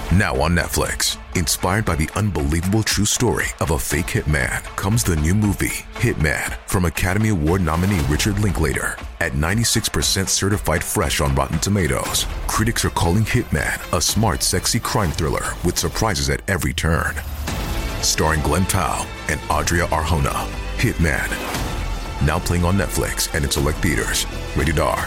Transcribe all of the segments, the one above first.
Now on Netflix, inspired by the unbelievable true story of a fake hitman, comes the new movie, Hitman, from Academy Award nominee Richard Linklater. At 96% certified fresh on Rotten Tomatoes, critics are calling Hitman a smart, sexy crime thriller with surprises at every turn. Starring Glenn Powell and Adria Arjona, Hitman. Now playing on Netflix and in select theaters. Rated R.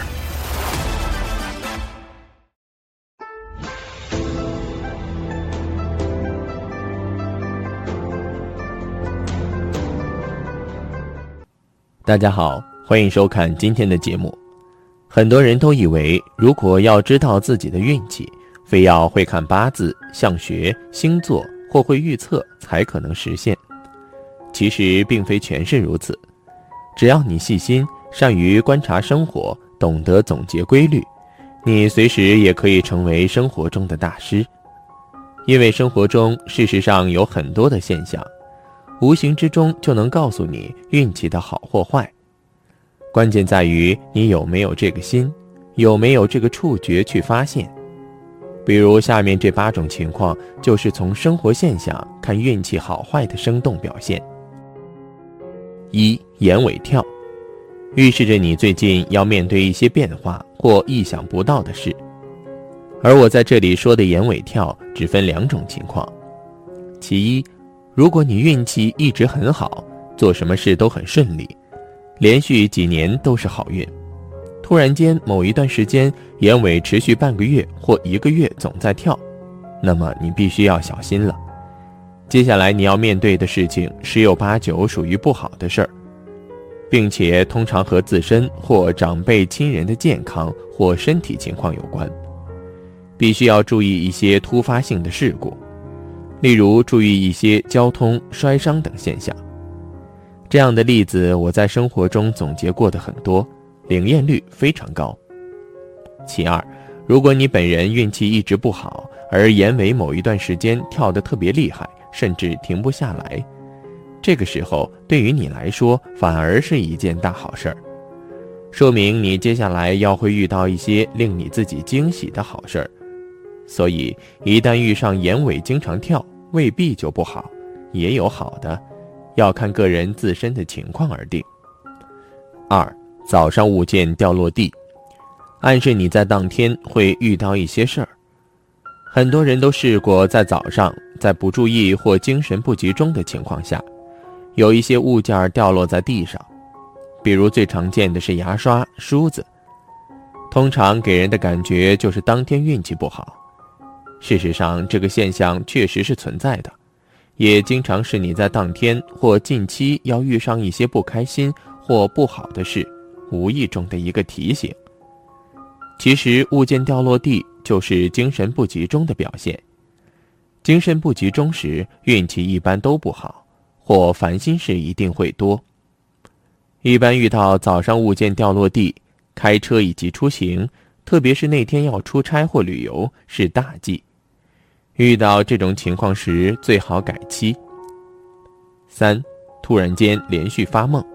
大家好，欢迎收看今天的节目。很多人都以为，如果要知道自己的运气，非要会看八字、相学、星座或会预测才可能实现。其实并非全是如此，只要你细心，善于观察生活，懂得总结规律，你随时也可以成为生活中的大师。因为生活中事实上有很多的现象，无形之中就能告诉你运气的好或坏，关键在于你有没有这个心，有没有这个触觉去发现。比如下面这8种情况，就是从生活现象看运气好坏的生动表现。1. 眼尾跳，预示着你最近要面对一些变化或意想不到的事。而我在这里说的眼尾跳只分2种情况。其一，如果你运气一直很好，做什么事都很顺利，连续几年都是好运，突然间某一段时间眼尾持续半个月或1个月总在跳，那么你必须要小心了。接下来你要面对的事情十有八九属于不好的事儿，并且通常和自身或长辈亲人的健康或身体情况有关，必须要注意一些突发性的事故，例如注意一些交通、摔伤等现象。这样的例子我在生活中总结过的很多，灵验率非常高。其二，如果你本人运气一直不好，而眼尾某一段时间跳得特别厉害，甚至停不下来，这个时候对于你来说反而是一件大好事儿，说明你接下来要会遇到一些令你自己惊喜的好事儿。所以一旦遇上眼尾经常跳，未必就不好，也有好的，要看个人自身的情况而定。2. 早上物件掉落地，暗示你在当天会遇到一些事儿。很多人都试过在早上，在不注意或精神不集中的情况下，有一些物件掉落在地上，比如最常见的是牙刷、梳子，通常给人的感觉就是当天运气不好。事实上，这个现象确实是存在的，也经常是你在当天或近期要遇上一些不开心或不好的事，无意中的一个提醒。其实物件掉落地就是精神不集中的表现，精神不集中时运气一般都不好，或烦心事一定会多。一般遇到早上物件掉落地，开车以及出行，特别是那天要出差或旅游，是大忌。遇到这种情况时最好改期。3. 突然间连续发梦。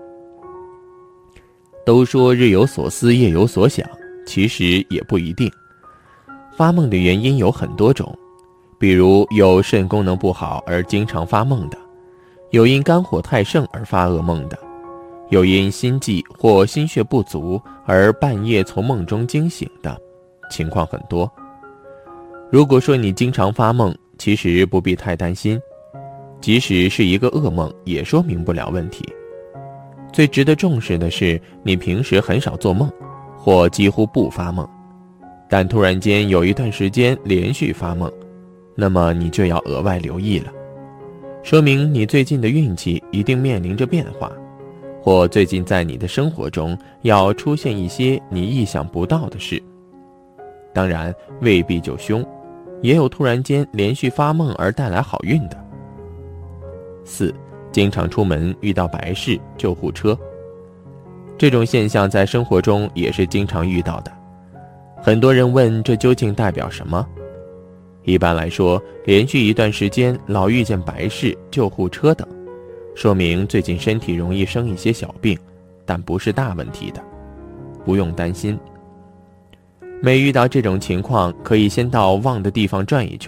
都说日有所思夜有所想，其实也不一定。发梦的原因有很多种，比如有肾功能不好而经常发梦的，有因肝火太盛而发噩梦的，有因心悸或心血不足而半夜从梦中惊醒的，情况很多。如果说你经常发梦，其实不必太担心，即使是一个噩梦也说明不了问题。最值得重视的是你平时很少做梦，或几乎不发梦，但突然间有一段时间连续发梦，那么你就要额外留意了，说明你最近的运气一定面临着变化，或最近在你的生活中要出现一些你意想不到的事。当然未必就凶，也有突然间连续发梦而带来好运的。4. 经常出门遇到白事、救护车，这种现象在生活中也是经常遇到的。很多人问这究竟代表什么？一般来说，连续一段时间老遇见白事、救护车等，说明最近身体容易生一些小病，但不是大问题的，不用担心。每遇到这种情况，可以先到旺的地方转一圈，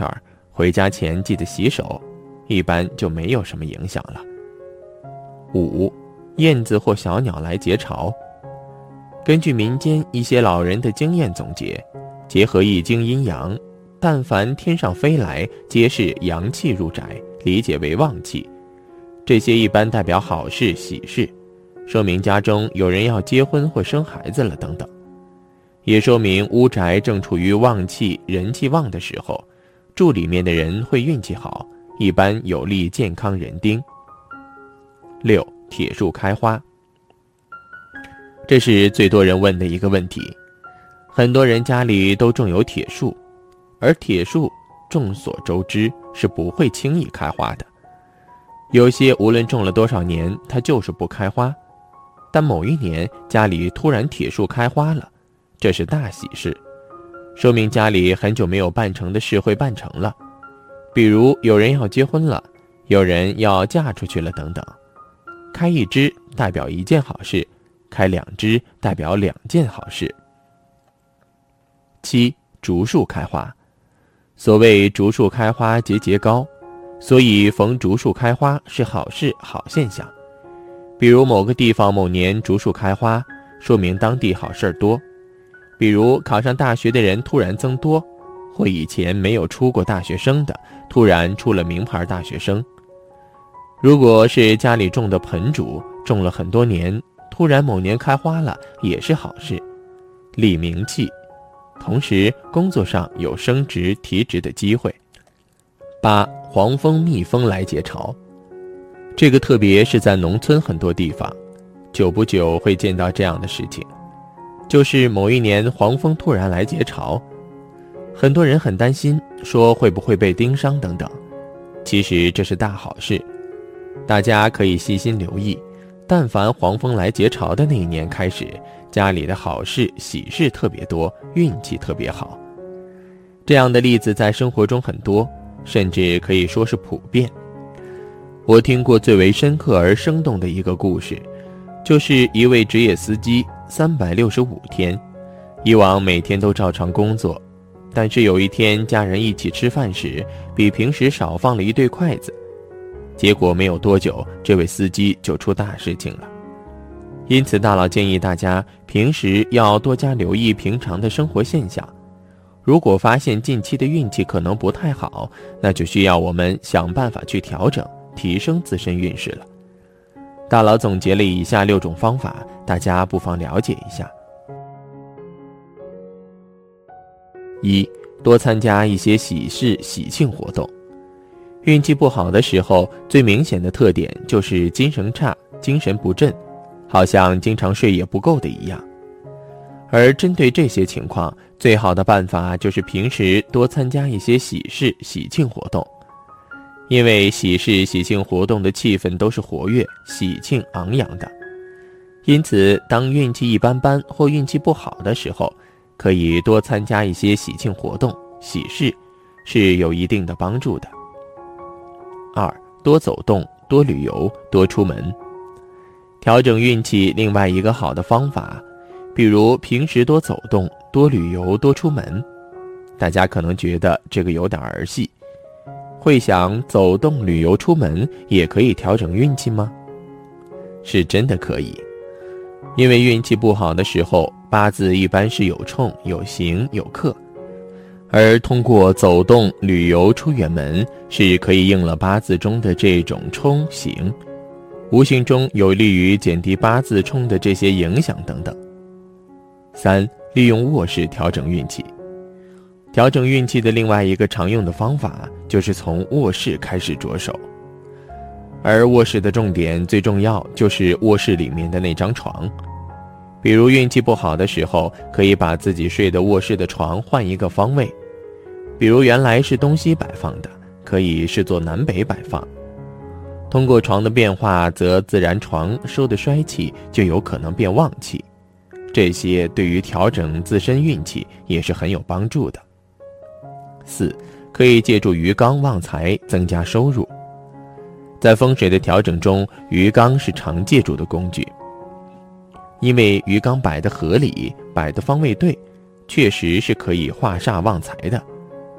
回家前记得洗手，一般就没有什么影响了。5. 燕子或小鸟来结巢。根据民间一些老人的经验总结，结合易经阴阳，但凡天上飞来，皆是阳气入宅，理解为旺气。这些一般代表好事喜事，说明家中有人要结婚或生孩子了等等，也说明屋宅正处于旺气人气旺的时候，住里面的人会运气好，一般有利健康人丁。6. 铁树开花。这是最多人问的一个问题，很多人家里都种有铁树，而铁树众所周知是不会轻易开花的，有些无论种了多少年，它就是不开花。但某一年家里突然铁树开花了，这是大喜事，说明家里很久没有办成的事会办成了，比如有人要结婚了，有人要嫁出去了等等。开一枝代表一件好事，开2枝代表2件好事。7. 竹树开花。所谓竹树开花节节高，所以逢竹树开花是好事好现象。比如某个地方某年竹树开花，说明当地好事多。比如考上大学的人突然增多，或以前没有出过大学生的，突然出了名牌大学生。如果是家里种的盆竹，种了很多年，突然某年开花了，也是好事，利名气，同时工作上有升职提职的机会。8. 黄蜂蜜蜂来结巢。这个特别是在农村很多地方，久不久会见到这样的事情，就是某一年黄蜂突然来结巢，很多人很担心，说会不会被叮伤等等。其实这是大好事，大家可以细心留意，但凡黄蜂来结巢的那一年开始，家里的好事喜事特别多，运气特别好。这样的例子在生活中很多，甚至可以说是普遍。我听过最为深刻而生动的一个故事，就是一位职业司机365天，以往每天都照常工作，但是有一天家人一起吃饭时，比平时少放了一对筷子，结果没有多久，这位司机就出大事情了。因此大佬建议大家平时要多加留意平常的生活现象，如果发现近期的运气可能不太好，那就需要我们想办法去调整，提升自身运势了。大佬总结了以下6种方法，大家不妨了解一下。1. 多参加一些喜事喜庆活动。运气不好的时候，最明显的特点就是精神差、精神不振，好像经常睡也不够的一样。而针对这些情况，最好的办法就是平时多参加一些喜事喜庆活动。因为喜事喜庆活动的气氛都是活跃、喜庆昂扬的，因此当运气一般般或运气不好的时候，可以多参加一些喜庆活动、喜事，是有一定的帮助的。2. 多走动、多旅游、多出门。调整运气另外一个好的方法，比如平时多走动、多旅游、多出门。大家可能觉得这个有点儿戏，会想走动、旅游、出门也可以调整运气吗？是真的可以，因为运气不好的时候，八字一般是有冲、有刑、有克，而通过走动、旅游、出远门，是可以应了八字中的这种冲、刑，无形中有利于减低八字冲的这些影响等等。3. 利用卧室调整运气。调整运气的另外一个常用的方法，就是从卧室开始着手。而卧室的重点最重要就是卧室里面的那张床。比如运气不好的时候，可以把自己睡的卧室的床换一个方位，比如原来是东西摆放的，可以视作南北摆放。通过床的变化，则自然床收的衰气就有可能变旺气，这些对于调整自身运气也是很有帮助的。4. 可以借助鱼缸旺财，增加收入。在风水的调整中，鱼缸是常借助的工具，因为鱼缸摆得合理，摆的方位对，确实是可以化煞旺财的。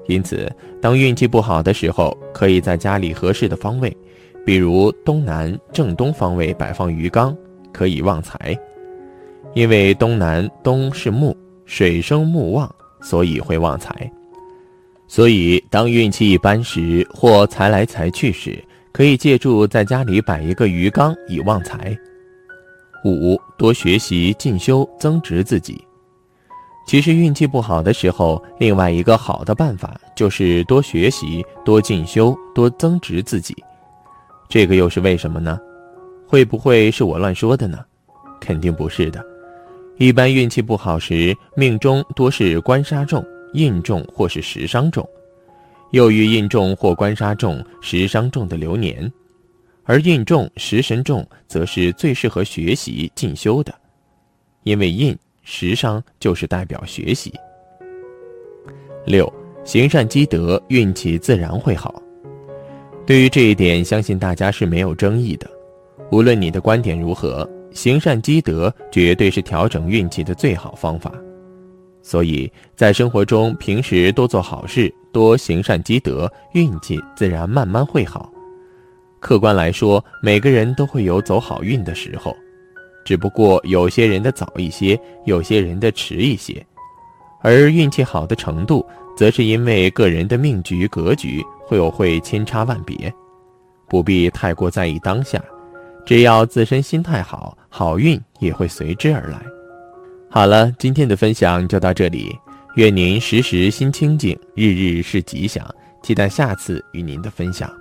因此，当运气不好的时候，可以在家里合适的方位，比如东南正东方位摆放鱼缸，可以旺财。因为东南东是木，水生木旺，所以会旺财。所以当运气一般时，或财来财去时，可以借助在家里摆一个鱼缸以旺财。5. 多学习进修，增值自己。其实运气不好的时候，另外一个好的办法就是多学习、多进修、多增值自己。这个又是为什么呢？会不会是我乱说的呢？肯定不是的。一般运气不好时，命中多是官杀重、印重或是食伤重，又遇印重或官杀重、食伤重的流年，而印重、食神重则是最适合学习进修的，因为印食伤就是代表学习。6. 行善积德，运气自然会好。对于这一点，相信大家是没有争议的。无论你的观点如何，行善积德绝对是调整运气的最好方法。所以在生活中平时多做好事，多行善积德，运气自然慢慢会好。客观来说，每个人都会有走好运的时候，只不过有些人的早一些，有些人的迟一些。而运气好的程度，则是因为个人的命局格局会千差万别，不必太过在意当下，只要自身心态好，好运也会随之而来。好了，今天的分享就到这里，愿您时时心清静，日日是吉祥，期待下次与您的分享。